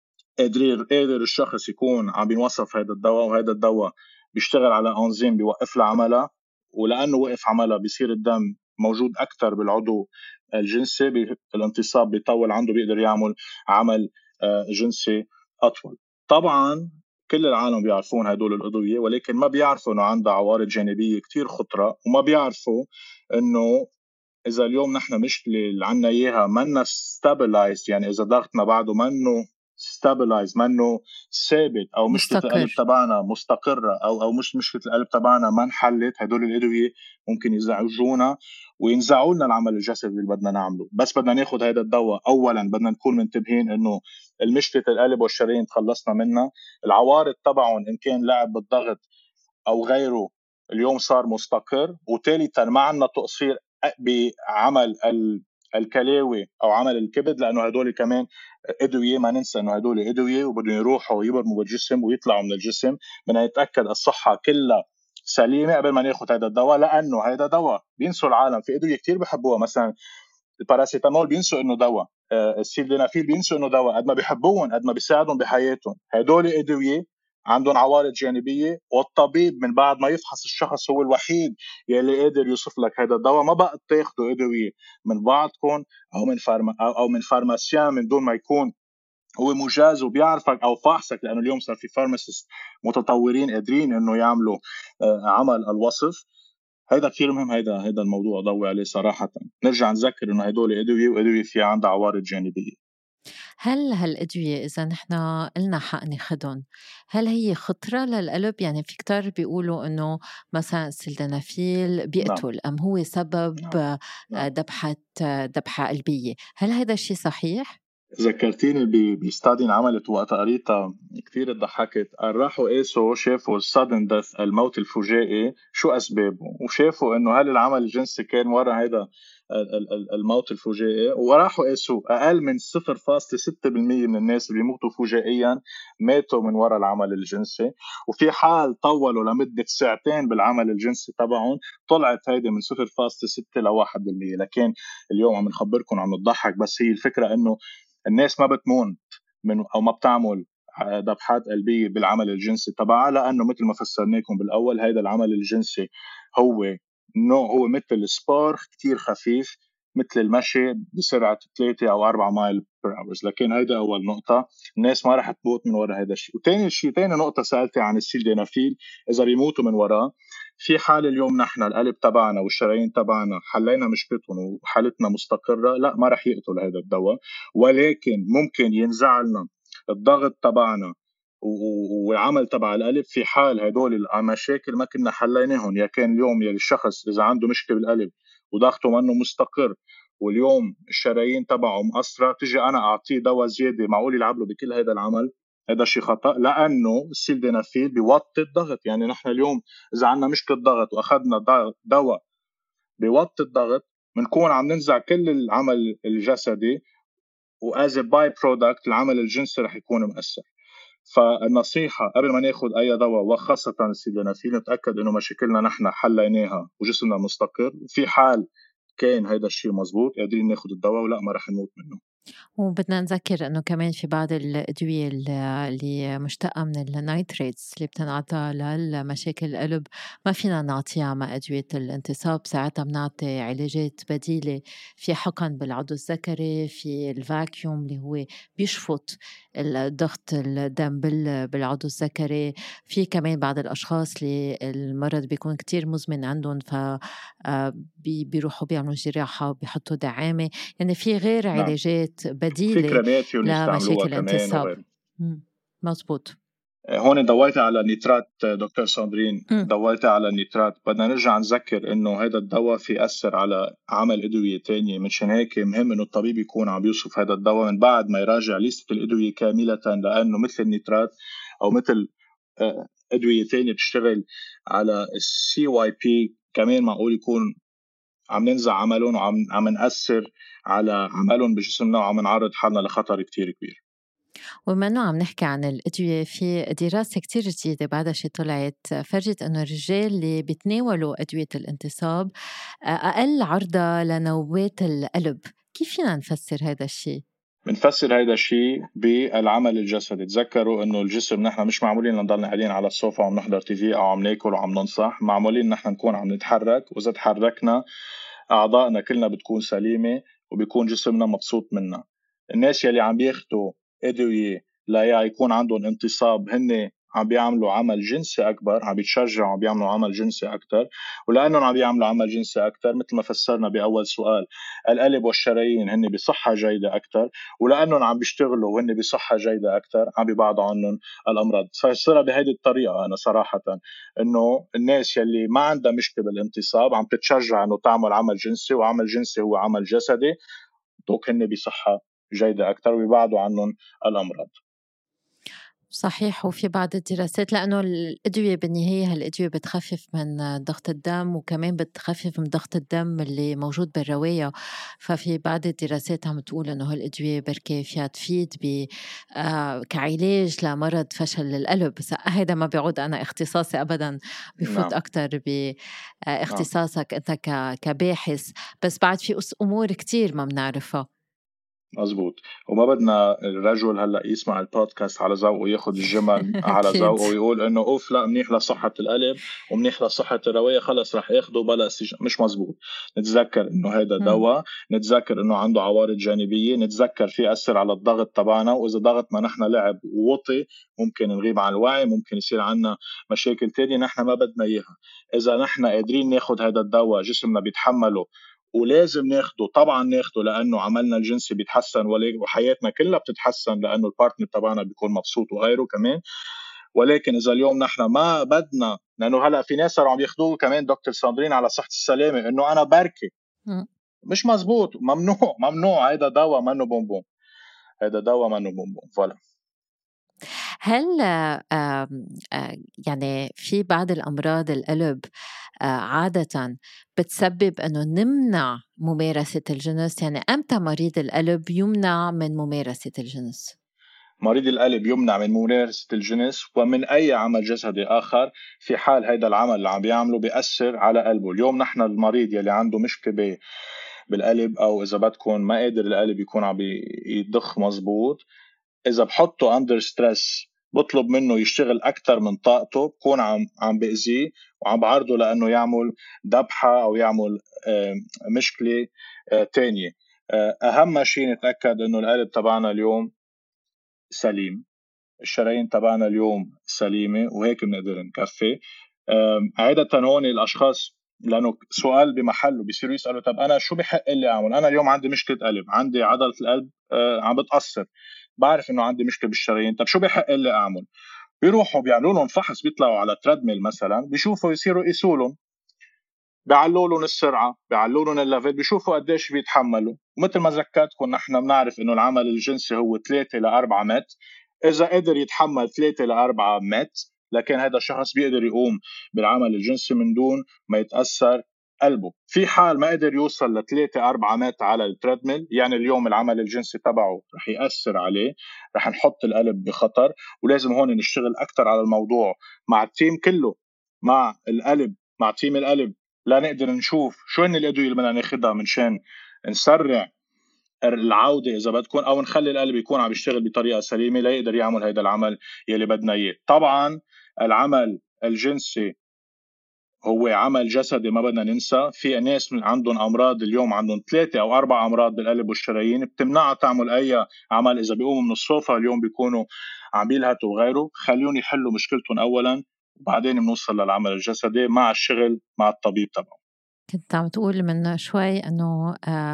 Speaker 2: قادر الشخص يكون عم بينوصف هذا الدواء، وهذا الدواء بيشتغل على انزيم بيوقف لها عملها، ولانه وقف عملها بيصير الدم موجود اكثر بالعضو الجنسي، الانتصاب بيطول عنده، بيقدر يعمل عمل جنسي اطول. طبعا كل العالم بيعرفون هدول الأدوية، ولكن ما بيعرفوا انه عندها عوارض جانبية كتير خطرة، وما بيعرفوا انه اذا اليوم نحن مشكله اللي عنا اياها منا ستابلايز، يعني اذا ضغطنا بعده منه ستابلايز، منه ثابت، او مشكله القلب
Speaker 1: مستقر.
Speaker 2: تبعنا مستقره، او مش مشكله القلب تبعنا ما انحلت، هدول الادويه ممكن يزعجونا وينزعوا لنا العمل الجسدي اللي بدنا نعمله. بس بدنا ناخذ هذا الدواء، اولا بدنا نكون منتبهين انه المشكله القلب والشرايين تخلصنا منها. العوارض تبعهم ان كان لعب بالضغط او غيره اليوم صار مستقر. وثالثا ما عندنا تقصير بعمل الكلاوي او عمل الكبد، لانه هدول كمان ادويه، ما ننسى انه هدول ادويه وبدهم يروحوا يبرموا بالجسم ويطلعوا من الجسم. بدنا نتاكد الصحه كلها سليمه قبل ما ناخذ هذا الدواء، لانه هذا دواء بينسوا العالم. في ادويه كتير بحبوها، مثلا الباراسيتامول بينسوا انه دواء، السيلدينافيل بينسوا انه دواء، قد ما بيحبوهم قد ما بيساعدهم بحياتهم. هدول ادويه عندهم عوارض جانبيه، والطبيب من بعد ما يفحص الشخص هو الوحيد يلي قادر يوصف لك هذا الدواء. ما بقى تاخذوا ادويه من بعضكم او من او من فارماسيان من دون ما يكون هو مجاز وبيعرفك او فاحصك، لانه اليوم صار في فارماسيست متطورين قادرين انه يعملوا عمل الوصف. هيدا كثير مهم، هيدا الموضوع ضوي عليه صراحة. نرجع نذكر انه هدول ادوية، وادوية فيها عندها عوارض جانبية.
Speaker 1: هل هالأدوية إذا نحن قلنا حق ناخدهم هل هي خطرة للقلب؟ يعني في كتار بيقولوا إنه مثلا السلدنافيل
Speaker 2: نعم
Speaker 1: بيقتل أم هو سبب
Speaker 2: نعم نعم.
Speaker 1: ذبحة قلبية، هل هذا الشيء صحيح؟
Speaker 2: ذكرتيني بستادي انعملت وقت قريتها كثير ضحكت. راحوا قاسوا، شافوا السادن ديث، الموت الفجائي، شو اسبابه، وشافوا انه هل العمل الجنسي كان ورا هذا الموت الفجائي، وراحوا قاسوا اقل من 0.6% من الناس اللي بيموتوا فجائيا ماتوا من وراء العمل الجنسي. وفي حال طولوا لمده ساعتين بالعمل الجنسي تبعهم طلعت هيدي من 0.6 ل 1%. لكن اليوم عم نخبركم عم نضحك، بس هي الفكره انه الناس ما بتموت من او ما بتعمل ذبحات قلبيه بالعمل الجنسي تبعها، لانه مثل ما فسرناكم بالاول هذا العمل الجنسي هو هو مثل السبار كتير خفيف، مثل المشي بسرعه 3 أو 4 مايل بير اورز. لكن هيدا اول نقطه، الناس ما رح تموت من وراء هذا الشيء. وثاني شيء، ثاني نقطه سالتي عن السيلدينافيل اذا بيموتوا من وراه. في حال اليوم نحن القلب تبعنا والشرايين تبعنا حلينا مشكلتهم وحالتنا مستقره، لا ما رح يقتل هذا الدواء، ولكن ممكن ينزع لنا الضغط تبعنا والعمل تبع القلب في حال هدول المشاكل ما كنا حليناهم. يا كان اليوم يلي الشخص اذا عنده مشكله بالقلب وضغطه منه مستقر واليوم الشرايين تبعه مقصره، تجي انا اعطيه دواء زياده معقول يلعب له بكل هذا العمل، هذا شيء خطا. لانه السيلدينافيل بيوطي الضغط. يعني نحن اليوم اذا عندنا مشكله ضغط واخذنا دواء بيوطي الضغط، بنكون عم ننزع كل العمل الجسدي، وآز باي برودكت العمل الجنسي رح يكون مؤثر. فالنصيحة قبل ما ناخد أي دواء، وخاصة السيدنافيل، نتأكد إنه مشاكلنا نحن حليناها وجسمنا مستقر، وفي حال كان هيدا الشيء مزبوط قادرين ناخد الدواء ولا ما رح نموت منه.
Speaker 1: وبدنا نذكر إنه كمان في بعض الأدوية اللي مشتقة من النايتريتس اللي بتنعطى لمشاكل القلب ما فينا نعطيها مع أدوية الانتصاب. ساعتها بنعطي علاجات بديلة، في حقن بالعضو الذكري، في الفاكيوم اللي هو بيشفط ضغط الدم بالعضو الذكري. في كمان بعض الأشخاص اللي المرض بيكون كتير مزمن عندهم، ف بيروحوا بيعملوا جراحة وبيحطوا دعامة. يعني في غير
Speaker 2: نعم.
Speaker 1: علاجات
Speaker 2: في
Speaker 1: بديلة
Speaker 2: كريمات فيهم يستعملوها
Speaker 1: لمشاكل
Speaker 2: كمان
Speaker 1: الانتصاب.
Speaker 2: وغيره.
Speaker 1: مزبوط.
Speaker 2: هون ضويتي على النيترات دكتور ساندرين، ضويتي على النيترات. بدنا نرجع نذكر انه هذا الدواء في يأثر على عمل ادوية تانية، منشان هيك مهم انه الطبيب يكون عم بيوصف هذا الدواء من بعد ما يراجع ليستة الادوية كاملة، لانه مثل النيترات او مثل ادوية تانية بتشتغل على السي واي بي كمان معقول يكون عم ننزع عملهم وعم نأثر على عملهم بجسمنا، وعم نعرض حالنا لخطر كتير كبير.
Speaker 1: وبما انه عم نحكي عن الأدوية، في دراسة كتير جديدة بعدها شي طلعت فرجت انه الرجال اللي بيتناولوا أدوية الانتصاب أقل عرضة لنوبات القلب. كيف فينا نفسر هذا الشيء؟
Speaker 2: بنفسر هيدا الشيء بالعمل الجسدي. تذكروا انه الجسم نحن مش معمولين نضلنا قاعدين على السوفا وعم نحضر تي في او عم ناكل وعم ننصح، معمولين نحن نكون عم نتحرك، واذا تحركنا اعضائنا كلنا بتكون سليمه وبيكون جسمنا مبسوط منا. الناس يلي عم بياخدوا ادويه لا يكون عندهم انتصاب هن عم بيعملوا عمل جنسي اكبر، عم بيتشجعوا عم بيعملوا عمل جنسي اكثر، ولانهم عم بيعملوا عمل جنسي اكثر مثل ما فسرنا باول سؤال القلب والشرايين هن بصحه جيده اكثر، ولانهم عم بيشتغلوا وهن بصحه جيده اكثر عم بيبعدوا عنهم الامراض. فسرها بهيدي الطريقه انا صراحه، انه الناس يلي ما عندها مشكله بالانتصاب عم تتشجع انه تعمل عمل جنسي، وعمل جنسي هو عمل جسدي، دوك هن بصحه جيده اكثر ويبعدوا عنهم الامراض.
Speaker 1: صحيح. وفي بعض الدراسات لأنه الأدوية بالنهاية هالأدوية بتخفف من ضغط الدم، وكمان بتخفف من ضغط الدم اللي موجود بالرواية. ففي بعض الدراسات عم تقول إنه هالأدوية بركي فيها تفيد كعلاج لمرض فشل القلب. بس هيدا ما بيعود أنا اختصاصي أبدا، بفوت أكتر باختصاصك أنت كباحث. بس بعد في أمور كتير ما بنعرفها.
Speaker 2: مزبوط. وما بدنا الرجل هلا يسمع البودكاست على ذوقه ياخد الجمل على
Speaker 1: أكيد.
Speaker 2: ذوقه ويقول انه اوف لا منيح لصحه القلب ومنيح لصحه الروايه خلص رح ياخده بلا مش مزبوط. نتذكر انه هذا دواء، نتذكر انه عنده عوارض جانبيه، نتذكر في اثر على الضغط تبعنا، واذا ضغطنا نحن لعب ووطي ممكن نغيب عن الوعي، ممكن يصير عنا مشاكل تانية نحن ما بدنا اياها. اذا نحن قادرين ناخد هذا الدواء جسمنا بيتحمله، ولازم ناخده طبعا ناخده لانه عملنا الجنسي بيتحسن وحياتنا كلها بتتحسن لانه البارتنر تبعنا بيكون مبسوط وغيره كمان. ولكن اذا اليوم نحن ما بدنا، لانه هلا في ناس صاروا عم ياخذوه كمان دكتور ساندرين على صحه السلامه انه انا بركي، مش مزبوط، ممنوع ممنوع. هيدا دواء منه بونبون، هيدا دواء منه بونبون. فوالا.
Speaker 1: هل يعني في بعض الأمراض القلب عادة بتسبب أنه نمنع ممارسة الجنس؟ يعني أمتى مريض القلب يمنع من ممارسة الجنس؟
Speaker 2: مريض القلب يمنع من ممارسة الجنس ومن أي عمل جسدي آخر في حال هيدا العمل اللي عم بيعمله بيأثر على قلبه. اليوم نحن المريض يلي عنده مشكلة بالقلب، أو إذا بدكم ما قادر القلب يكون عم يضخ مزبوط، إذا بحطه أندر ستريس بطلب منه يشتغل أكتر من طاقته، بكون عم بأذيه وعم بعرضه لأنه يعمل ذبحة أو يعمل مشكلة تانية. أهم شيء نتأكد إنه القلب تبعنا اليوم سليم، الشرايين تبعنا اليوم سليمة، وهيك بنقدر نكفي. عادة هون الأشخاص لأنه سؤال بمحله بيصيروا يسألوا طب أنا شو بحق لي أعمل؟ أنا اليوم عندي مشكلة قلب، عندي عضلة القلب عم بتأثر، بعرف إنه عندي مشكلة بالشرايين، طب شو بحق لي أعمل؟ بيروحوا بيعملوا لهم فحص، بيطلعوا على تريدميل مثلا، بيشوفوا يصيروا يقيسوا لهم، بيعلوا لهم السرعه، بيعلوا لهم الليفل، بيشوفوا قديش بيتحملوا. ومثل ما ذكرتكم نحن بنعرف انه العمل الجنسي هو 3 ل 4 متر، اذا قدر يتحمل 3 ل 4 متر لكن هذا الشخص بيقدر يقوم بالعمل الجنسي من دون ما يتاثر قلبه. في حال ما قدر يوصل ل3-4 متر على التريدميل، يعني اليوم العمل الجنسي تبعه رح يأثر عليه، رح نحط القلب بخطر. ولازم هون نشتغل أكتر على الموضوع مع التيم كله، مع القلب، مع تيم القلب، لا نقدر نشوف شو هن الأدوية اللي بدنا ناخدها منشان نسرع العودة إذا بدكم، أو نخلي القلب يكون عم يشتغل بطريقة سليمة لا يقدر يعمل هيدا العمل يلي بدنا إياه. طبعا العمل الجنسي هو عمل جسدي ما بدنا ننسى. في ناس من عندهم أمراض اليوم، عندهم 3 أو 4 أمراض بالقلب والشرايين، بتمنعها تعمل أي عمل. إذا بيقوموا من الصوفة اليوم بيكونوا عم بيلهتوا وغيره. خليهم يحلوا مشكلتهم أولا، وبعدين بنوصل للعمل الجسدي مع الشغل مع الطبيب تبعه.
Speaker 1: كنت عم تقول من شوي أنه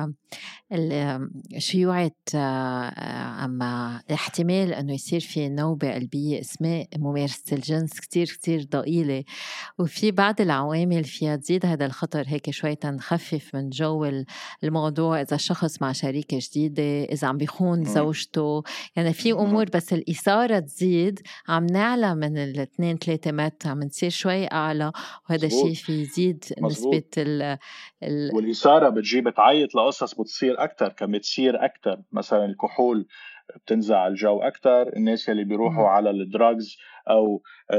Speaker 1: شيوعة أما احتمال أنه يصير في نوبة قلبية أثناء ممارسة الجنس كتير كتير ضئيلة، وفي بعض العوامل فيها تزيد هذا الخطر هيك شوي تنخفف من جو الموضوع. إذا الشخص مع شريكة جديدة، إذا عم بيخون زوجته، يعني في أمور بس الإثارة تزيد، عم نعلى من 2-3 متر، عم نصير شوي أعلى، وهذا الشيء في يزيد نسبة
Speaker 2: والإثارة بتجيب تعيط لقصص بتصير أكتر، كم بتصير أكتر. مثلا الكحول بتنزع الجو أكتر. الناس اللي بيروحوا على الدراجز أو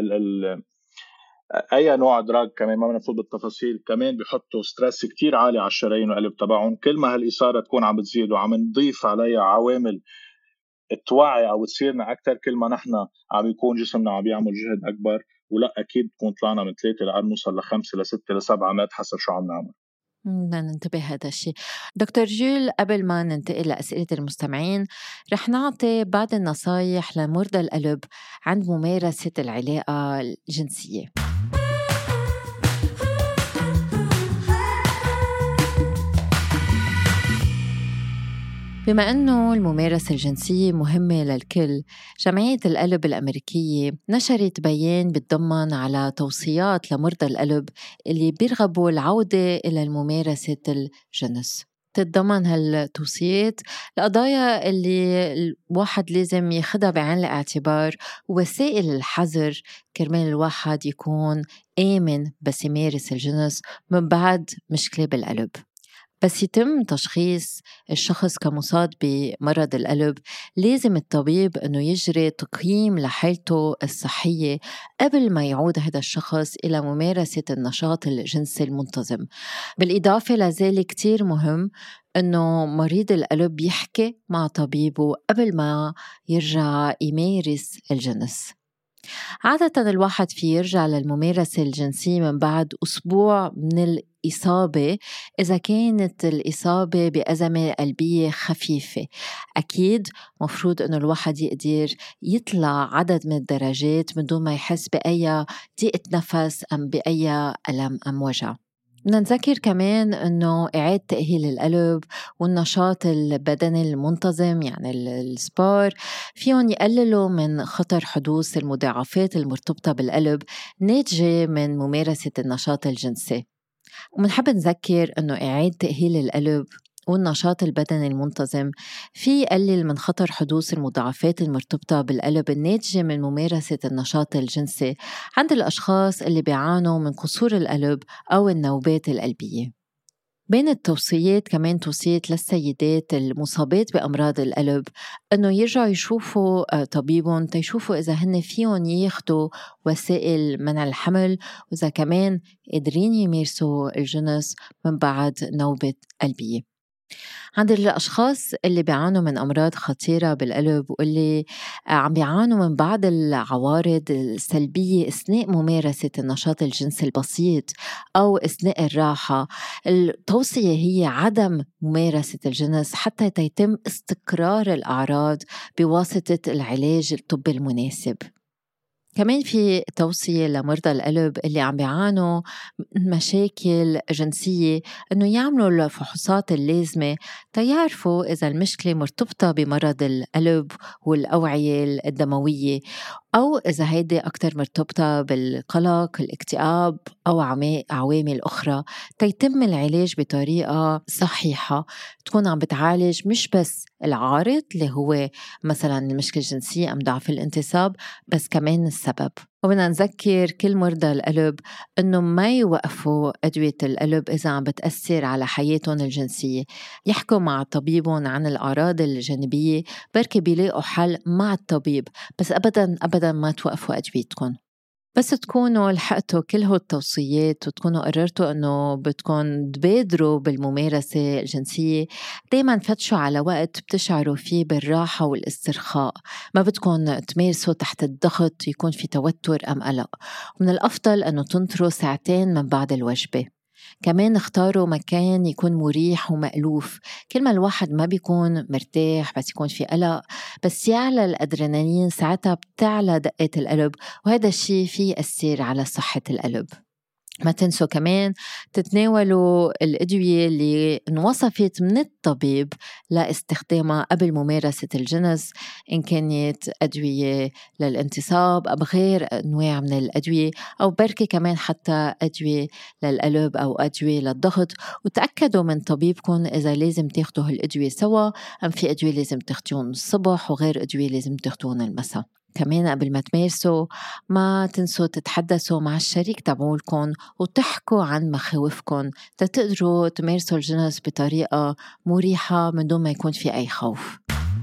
Speaker 2: أي نوع دراج كمان ما بنفوت بالتفاصيل، كمان بيحطوا ستريس كتير عالي على الشرايين والقلب تبعهم. كل ما هالإثارة تكون عم بتزيد وعم نضيف عليها عوامل التوعي أو تصيرنا أكتر، كل ما نحن عم يكون جسمنا عم بيعمل جهد أكبر. ولا أكيد تكون طلعنا من 3 لأن نوصل ل5 ل6 ل7 متر حسب شو عم نعمل.
Speaker 1: بدنا ننتبه هذا الشيء. دكتور جول، قبل ما ننتقل لأسئلة المستمعين، رح نعطي بعض النصايح لمرضى القلب عند ممارسة العلاقة الجنسية. بما أنه الممارسة الجنسية مهمة للكل، جمعية القلب الأمريكية نشرت بيان بتضمن على توصيات لمرضى القلب اللي بيرغبوا العودة إلى ممارسة الجنس. تتضمن هالتوصيات القضايا اللي الواحد لازم ياخدها بعين الاعتبار، ووسائل الحذر كرمال الواحد يكون آمن بس يمارس الجنس من بعد مشكلة بالقلب. بس يتم تشخيص الشخص كمصاب بمرض القلب، لازم الطبيب أنه يجري تقييم لحالته الصحية قبل ما يعود هذا الشخص إلى ممارسة النشاط الجنسي المنتظم. بالإضافة لذلك كتير مهم أنه مريض القلب يحكي مع طبيبه قبل ما يرجع يمارس الجنس. عادة الواحد في يرجع للممارسة الجنسية من بعد أسبوع من الإصابة، إذا كانت الإصابة بأزمة قلبية خفيفة. أكيد مفروض أنه الواحد يقدر يطلع عدد من الدرجات من دون ما يحس بأي ضيقة نفس أم بأي ألم أم وجع. بدنا نذكر كمان أنه إعادة تأهيل القلب والنشاط البدني المنتظم، يعني السبور، فيهم يقللوا من خطر حدوث المضاعفات المرتبطة بالقلب ناتجة من ممارسة النشاط الجنسي. ومنحب نذكر أنه إعادة تأهيل القلب والنشاط البدني المنتظم في يقلل من خطر حدوث المضاعفات المرتبطة بالقلب الناتجة من ممارسة النشاط الجنسي عند الأشخاص اللي بيعانوا من قصور القلب أو النوبات القلبية. بين التوصيات كمان توصية للسيدات المصابات بأمراض القلب أنه يرجعوا يشوفوا طبيبهم تيشوفوا إذا هن فيهم ياخدوا وسائل منع الحمل، وإذا كمان قادرين يمارسوا الجنس من بعد نوبة قلبية. عند الأشخاص اللي بيعانوا من أمراض خطيرة بالقلب واللي عم بيعانوا من بعض العوارض السلبية أثناء ممارسة النشاط الجنسي البسيط أو أثناء الراحة، التوصية هي عدم ممارسة الجنس حتى يتم استقرار الأعراض بواسطة العلاج الطبي المناسب. كمان في توصية لمرضى القلب اللي عم بيعانوا مشاكل جنسية أنه يعملوا الفحوصات اللازمة تيعرفوا إذا المشكلة مرتبطة بمرض القلب والأوعية الدموية، أو إذا هيدي أكتر مرتبطة بالقلق، الاكتئاب أو عوامل أخرى، تيتم العلاج بطريقة صحيحة تكون عم بتعالج مش بس العارض اللي هو مثلا المشكلة الجنسية أم ضعف الانتصاب، بس كمان السبب. وبدنا نذكر كل مرضى القلب إنه ما يوقفوا أدوية القلب إذا عم بتأثر على حياتهم الجنسية، يحكوا مع طبيبهم عن الأعراض الجانبية بركي بيلاقوا حل مع الطبيب، بس أبداً ما توقفوا أدويتكم. بس تكونوا لحقتوا كل هو التوصيات وتكونوا قررتوا انه بدكم تبادروا بالممارسة الجنسية، دايما فتشوا على وقت بتشعروا فيه بالراحة والاسترخاء، ما بدكم تمارسوا تحت الضغط يكون في توتر أم قلق. ومن الأفضل أنه تنطروا ساعتين من بعد الوجبة. كمان اختاروا مكان يكون مريح ومألوف، كل ما الواحد ما بيكون مرتاح بس يكون في قلق، بس يعلى الأدرينالين ساعتها بتعلى دقات القلب، وهذا الشيء فيه يأثر على صحة القلب. ما تنسوا كمان تتناولوا الأدوية اللي انوصفت من الطبيب لاستخدامها قبل ممارسة الجنس، إن كانت أدوية للانتصاب أو غير أنواع من الأدوية، أو بركة كمان حتى أدوية للقلب أو أدوية للضغط. وتأكدوا من طبيبكم إذا لازم تاخدوا هالأدوية سوا أم في أدوية لازم تاخدون الصبح وغير أدوية لازم تاخدون المساء. كمان قبل ما تمارسوا ما تنسوا تتحدثوا مع الشريك تبعولكم وتحكوا عن مخاوفكم تقدروا تمارسوا الجنس بطريقة مريحة من دون ما يكون في أي خوف.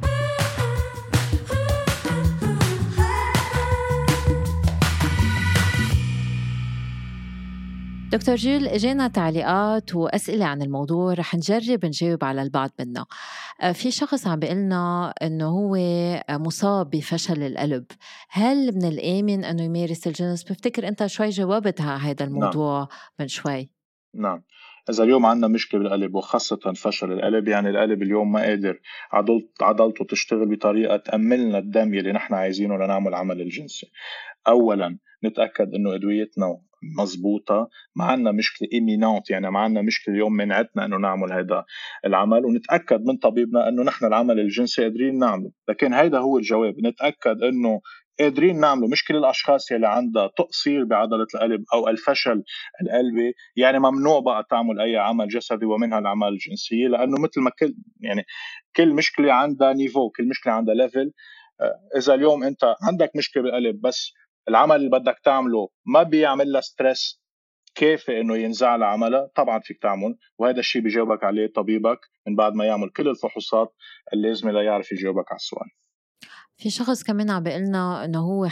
Speaker 1: دكتور جيل، اجينا تعليقات وأسئلة عن الموضوع رح نجرب نجاوب على البعض منها. في شخص عم بيقلنا انه هو مصاب بفشل القلب، هل من الآمن انه يمارس الجنس؟ بفتكر انت شوي جاوبت هذا الموضوع من شوي.
Speaker 2: نعم. إذا اليوم عندنا مشكلة بالقلب وخاصة فشل القلب، يعني القلب اليوم ما قادر عضلته تشتغل بطريقة تأملنا الدم اللي نحن عايزينه لنعمل عمل الجنسي. أولا نتأكد إنه أدويتنا مزبوطة، ما عندنا مشكلة إيمينانت، يعني ما عندنا مشكلة اليوم منعتنا إنه نعمل هذا العمل، ونتأكد من طبيبنا إنه نحن العمل الجنسي قادرين نعمله. لكن هيدا هو الجواب، نتأكد إنه قادرين نعمله. مش كل الأشخاص يلي عندها تقصير بعضلة القلب أو الفشل القلبي يعني ممنوع بقى تعمل أي عمل جسدي ومنها الأعمال الجنسية، لأنه مثل ما كل مشكلة عندها نيفو، كل مشكلة عندها ليفل. إذا اليوم أنت عندك مشكلة بالقلب بس العمل اللي بدك تعمله ما بيعمل لها ستريس كافي انه ينزع لها عملها، طبعا فيك تعمل، وهذا الشيء بيجاوبك عليه طبيبك من بعد ما يعمل كل الفحوصات اللازمه ليعرف يجاوبك على السؤال.
Speaker 1: في شخص كمان عم بيقلنا انه هو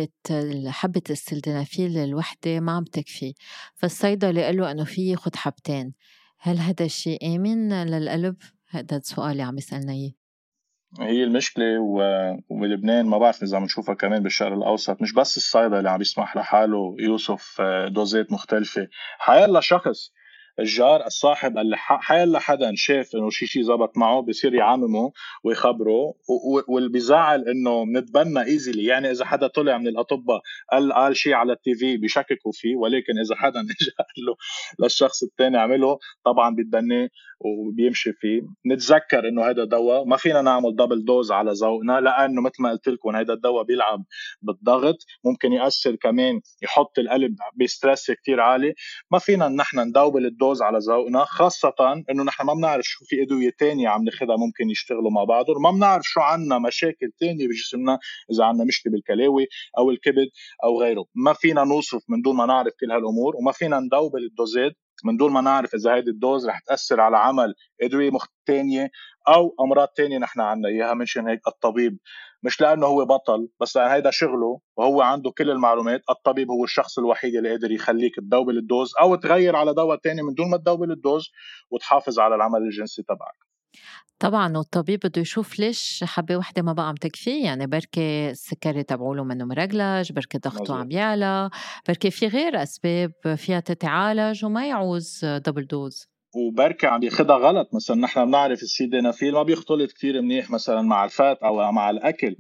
Speaker 1: حبة السلدنافيل الوحدة ما عم تكفي، فالصيدلي قال له انه في ياخد حبتين. هل هذا الشيء آمن للقلب؟ هذا السؤال اللي عم يسألنا اياه.
Speaker 2: هي المشكلة وبلبنان ما بعرف إذا بنشوفها كمان بالشرق الأوسط، مش بس الصيدلي اللي عم يسمح لحاله يوصف دوزات مختلفة. حيلا شخص الجار الصاحب اللي حيلا حدا شاف انه شيء زبط معه بصير يعممه ويخبره، واللي بيزعل انه بنتبنى ايزيلي. يعني اذا حدا طلع من الاطباء قال شيء على التي في بيشككوا فيه، ولكن اذا حدا اجى قال له للشخص الثاني عمله طبعا بيتبناه وبيمشي فيه. نتذكر انه هذا دواء ما فينا نعمل دبل دوز على ذوقنا، لانه مثل ما قلت لكم هذا الدواء بيلعب بالضغط، ممكن ياثر كمان يحط القلب بستريس كتير عالي. ما فينا نحن ندوبل الدوز على ذوقنا، خاصة انه نحن ما بنعرف شو في ادوية تانية عم ناخذها ممكن يشتغلوا مع بعض، وما بنعرف شو عنا مشاكل تانية بجسمنا، اذا عنا مشكلة بالكلاوي او الكبد او غيره. ما فينا نوصف من دون ما نعرف كل هالامور، وما فينا ندوبل الدوزات من دون ما نعرف اذا هيدي الدوز رح تاثر على عمل ادويه تانية او امراض تانية نحن عنا اياها. منشان هيك الطبيب مش لانه هو بطل، بس لان هيدا شغله وهو عنده كل المعلومات. الطبيب هو الشخص الوحيد اللي قادر يخليك تدوبل الدوز او تغير على دواء تاني من دون ما تدوبل الدوز وتحافظ على العمل الجنسي تبعك.
Speaker 1: طبعا، والطبيب بده يشوف ليش حبة وحدة ما بقى عم تكفي، يعني بركي السكري تبعوله منه مرجلج، بركي ضغطه عم يعلى، بركي في غير أسباب فيها تتعالج وما يعوز دبل دوز.
Speaker 2: وبركي عم ياخدها غلط. مثلا نحن بنعرف السيدينافيل ما بيختلط كتير منيح مثلا مع الفات او مع الاكل.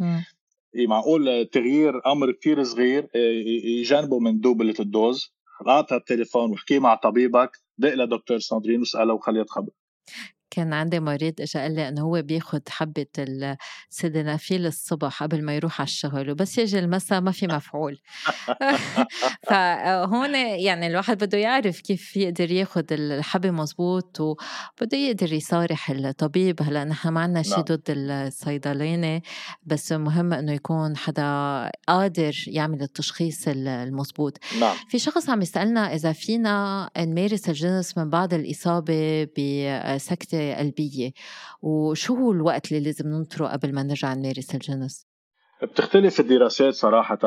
Speaker 2: معقول تغيير امر كتير صغير يجنبه من دوبلة الدوز. قاطع التليفون وحكي مع طبيبك، دق لدكتور ساندرين واساله وخليه تخبر.
Speaker 1: كان عندي مريض اجى قال لي انه هو بياخد حبة السيدنافيل الصبح قبل ما يروح على الشغل، وبس يجي المساء ما في مفعول. فهون يعني الواحد بده يعرف كيف يقدر ياخد الحبة مزبوط، وبده يقدر يصارح الطبيب. هلا نحن ما عنا شي
Speaker 2: نعم
Speaker 1: ضد الصيدلانة، بس مهم انه يكون حدا قادر يعمل التشخيص المزبوط.
Speaker 2: نعم.
Speaker 1: في شخص عم يسألنا إذا فينا نمارس الجنس من بعد الإصابة بسكتة قلبية، وشو هو الوقت اللي لازم ننطره قبل ما نرجع نمارس الجنس؟
Speaker 2: بتختلف الدراسات صراحة.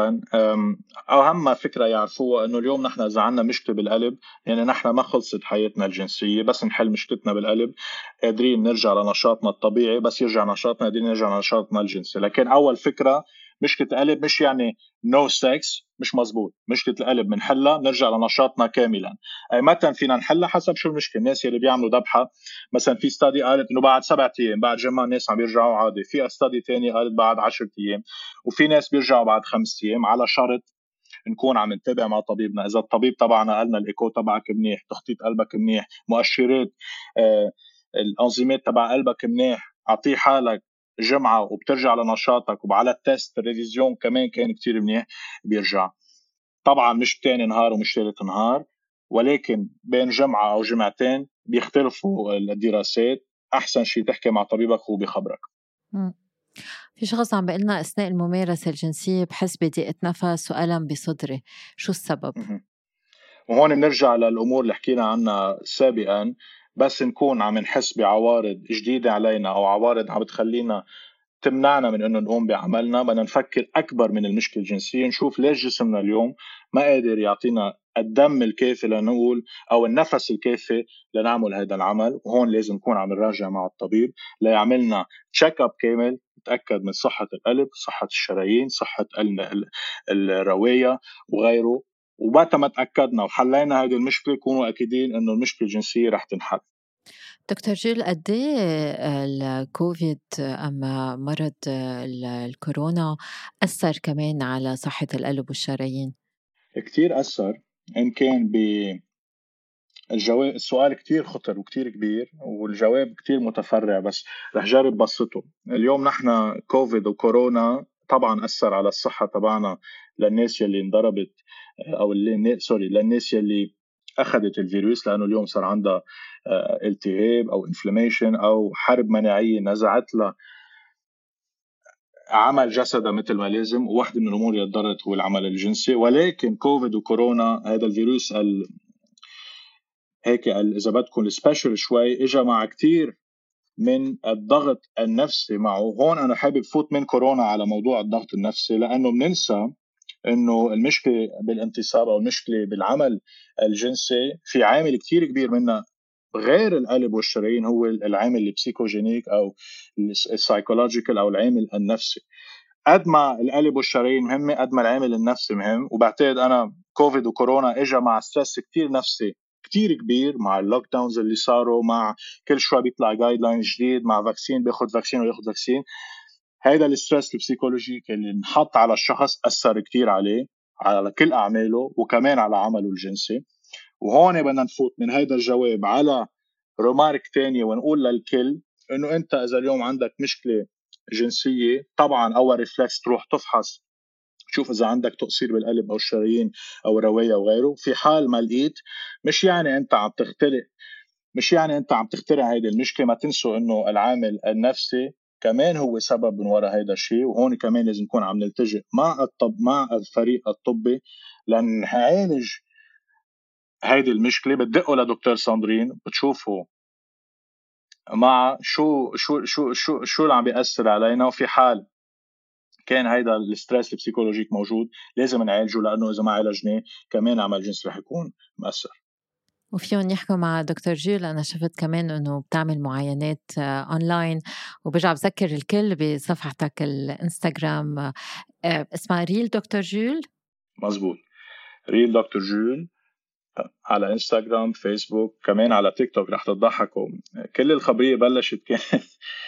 Speaker 2: أهم فكرة يعرفوها أنه اليوم نحن إذا عنا مشكلة بالقلب، يعني نحن ما خلصت حياتنا الجنسية، بس نحل مشكلتنا بالقلب قادرين نرجع لنشاطنا الطبيعي. بس يرجع نشاطنا قادرين نرجع لنشاطنا الجنسي. لكن أول فكرة، مشكلة القلب مش يعني نو سكس، مش مزبوط. مشكلة القلب بنحلها نرجع لنشاطنا كاملا. أي متى فينا نحلها؟ حسب شو المشكلة. الناس اللي بيعملوا ذبحة مثلا، في ستادي قالت انه بعد 7 ايام بعد جمع الناس عم يرجعوا عادي. في ستادي تاني قالت بعد 10 ايام، وفي ناس بيرجعوا بعد 5 ايام، على شرط نكون عم نتابع مع طبيبنا. اذا الطبيب تبعنا قال لنا الايكو تبعك منيح، تخطيط قلبك منيح، مؤشرات الانظيمات تبع قلبك منيح، اعطيه حالك جمعه وبترجع لنشاطك، وعلى التست الريفيزيون كمان كان كتير منيح، بيرجع. طبعا مش تاني نهار ومش ثالث نهار، ولكن بين جمعة أو جمعتين بيختلفوا الدراسات. أحسن شيء تحكي مع طبيبك وبيخبرك.
Speaker 1: مم. في شخص عم بيقلنا أثناء الممارسة الجنسية بحس بضيقة نفس وألم بصدري، شو السبب؟
Speaker 2: وهون بنرجع للأمور اللي حكينا عنها سابقا. بس نكون عم نحس بعوارض جديدة علينا أو عوارض عم بتخلينا تمنعنا من انه نقوم بعملنا، بدنا نفكر اكبر من المشكله الجنسيه، نشوف ليش جسمنا اليوم ما قادر يعطينا الدم الكافي لنقول، او النفس الكافي لنعمل هذا العمل. وهون لازم نكون عم نراجع مع الطبيب ليعملنا تشيك اب كامل، نتاكد من صحه القلب، صحه الشرايين، صحه الروايه وغيره. وبعد ما تاكدنا وحلينا هذه المشكله، كونوا اكيدين انه المشكله الجنسيه رح تنحل.
Speaker 1: دكتور جيل، قد ايه الكوفيد أم مرض الكورونا أثر كمان على صحة القلب والشرايين؟
Speaker 2: كتير اثر. ان كان الجواب، السؤال كتير خطر وكتير كبير، والجواب كتير متفرع، بس رح جرب بسطه. اليوم نحن كوفيد وكورونا طبعا أثر على الصحة تبعنا للناس يلي انضربت، أو اللي سوري للناس يلي أخذت الفيروس، لأنه اليوم صار عندها التهاب أو انفلاميشن أو حرب مناعية نزعت لها عمل جسدها مثل ما لازم. وواحدة من الأمور اللي ضرت هو العمل الجنسي. ولكن كوفيد وكورونا هذا الفيروس هيك اذا بدكم السبيشال شوي، اجى مع كتير من الضغط النفسي معه. هون انا حابب فوت من كورونا على موضوع الضغط النفسي، لانه بننسى انه المشكله بالانتصاب او المشكله بالعمل الجنسي في عامل كتير كبير منها غير القلب والشرايين، هو العامل البسيكوجينيك او السايكولوجيكال او العامل النفسي. قد ما القلب والشرايين مهمه، قد ما العامل النفسي مهم. وبعتقد انا كوفيد وكورونا اجى مع ستريس كتير نفسي كتير كبير، مع اللوك داونز اللي صاروا، مع كل شوي بيطلع جايد لاين جديد، مع فاكسين بياخد فاكسين وياخد فاكسين. هيدا الستريس البسيكولوجيك اللي انحط على الشخص اثر كتير عليه، على كل اعماله وكمان على عمله الجنسي. وهون بدنا نفوت من هيدا الجواب على رومارك تانية ونقول للكل انه انت اذا اليوم عندك مشكله جنسيه، طبعا اول ريفلكس تروح تفحص، شوف اذا عندك تقصير بالقلب او الشرايين او الروايه وغيره. في حال ما لقيت، مش يعني انت عم تختلق، مش يعني انت عم تخترع هيدي المشكله. ما تنسوا انه العامل النفسي كمان هو سبب من وراء هيدا الشيء. وهون كمان لازم نكون عم نلتجئ مع الفريق الطبي لنعالج هيدي المشكله. بتدقوا لدكتور ساندرين، بتشوفوا مع شو اللي عم بيأثر علينا. وفي حال كان هيدا الستريس البسيكولوجيك موجود، لازم نعالجه، لانه اذا ما عالجناه كمان عمل جنس رح يكون مأثر.
Speaker 1: وفيهم يحكوا مع دكتور جيل. أنا شفت كمان إنه بتعمل معاينات أونلاين، وبرجع بذكر الكل بصفحتك الإنستغرام اسمها ريل دكتور جيل.
Speaker 2: مزبوط، ريل دكتور جول على انستغرام، فيسبوك، كمان على تيك توك. رح تضحكوا، كل الخبريه بلشت كانت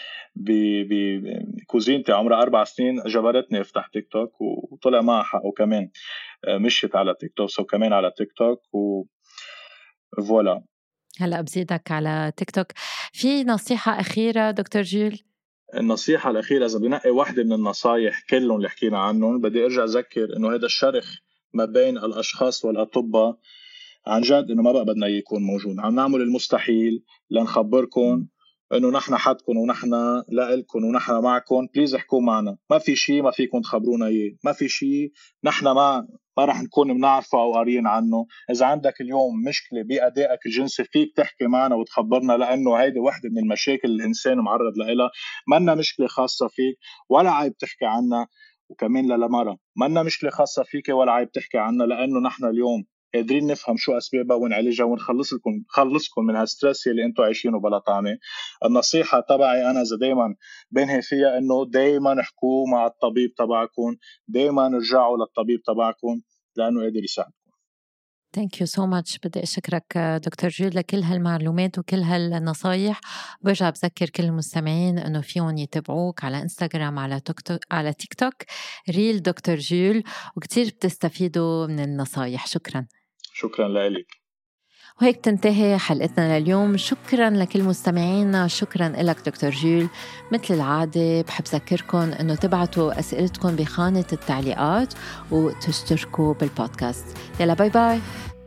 Speaker 2: بكوزينتي عمرها 4 سنين جبرتني افتح تيك توك، وطلع معها حق وكمان مشيت على تيك توك وكمان على تيك توك وفوالا.
Speaker 1: هلأ بزيدك على تيك توك. في نصيحة أخيرة دكتور جيل؟
Speaker 2: النصيحة الأخيرة إذا بنقي واحدة من النصايح كلهم اللي حكينا عنهم، بدي أرجع أذكر إنه هذا الشرخ ما بين الأشخاص والأطباء عن جد إنه ما بقى بدنا يكون موجود. عم نعمل المستحيل لنخبركم إنه نحن حدكم ونحن لإلكم ونحن معكم. بليز احكوا معنا، ما في شيء ما فيكم تخبرونا إياه، ما في شيء نحن ما رح نكون بنعرفه أو قارين عنه. إذا عندك اليوم مشكلة بأدائك الجنسي فيك تحكي معنا وتخبرنا، لأنه هيدي واحدة من المشاكل اللي الإنسان معرض لها. منا مشكلة خاصة فيك ولا عيب تحكي عنها. وكمان للمرة منا مشكلة خاصة فيك ولا عيب تحكي عنها، لأنه نحن اليوم قادرين نفهم شو أسبابها ونعالجها ونخلصكم من هالستريس اللي انتم عايشينه بلا طعمة. النصيحة تبعي أنا إذا دايما بنهي فيها إنه دايما احكوا مع الطبيب تبعكم، دايما ارجعوا للطبيب تبعكم لأنه قادر يساعدكم.
Speaker 1: Thank you so much. بدي أشكرك دكتور جيل لكل هالمعلومات وكل هالنصايح. برجع بذكر كل المستمعين أنه فيهم يتابعوك على إنستغرام على تيك توك ريل دكتور جيل، وكتير بتستفيدوا من النصايح.
Speaker 2: شكرا لك.
Speaker 1: وهيك تنتهي حلقتنا لليوم. شكرا لكل مستمعينا، شكرا لك دكتور جيل. مثل العادة بحب ذكركم أنه تبعتوا أسئلتكم بخانة التعليقات وتشتركوا بالبودكاست. يلا باي باي.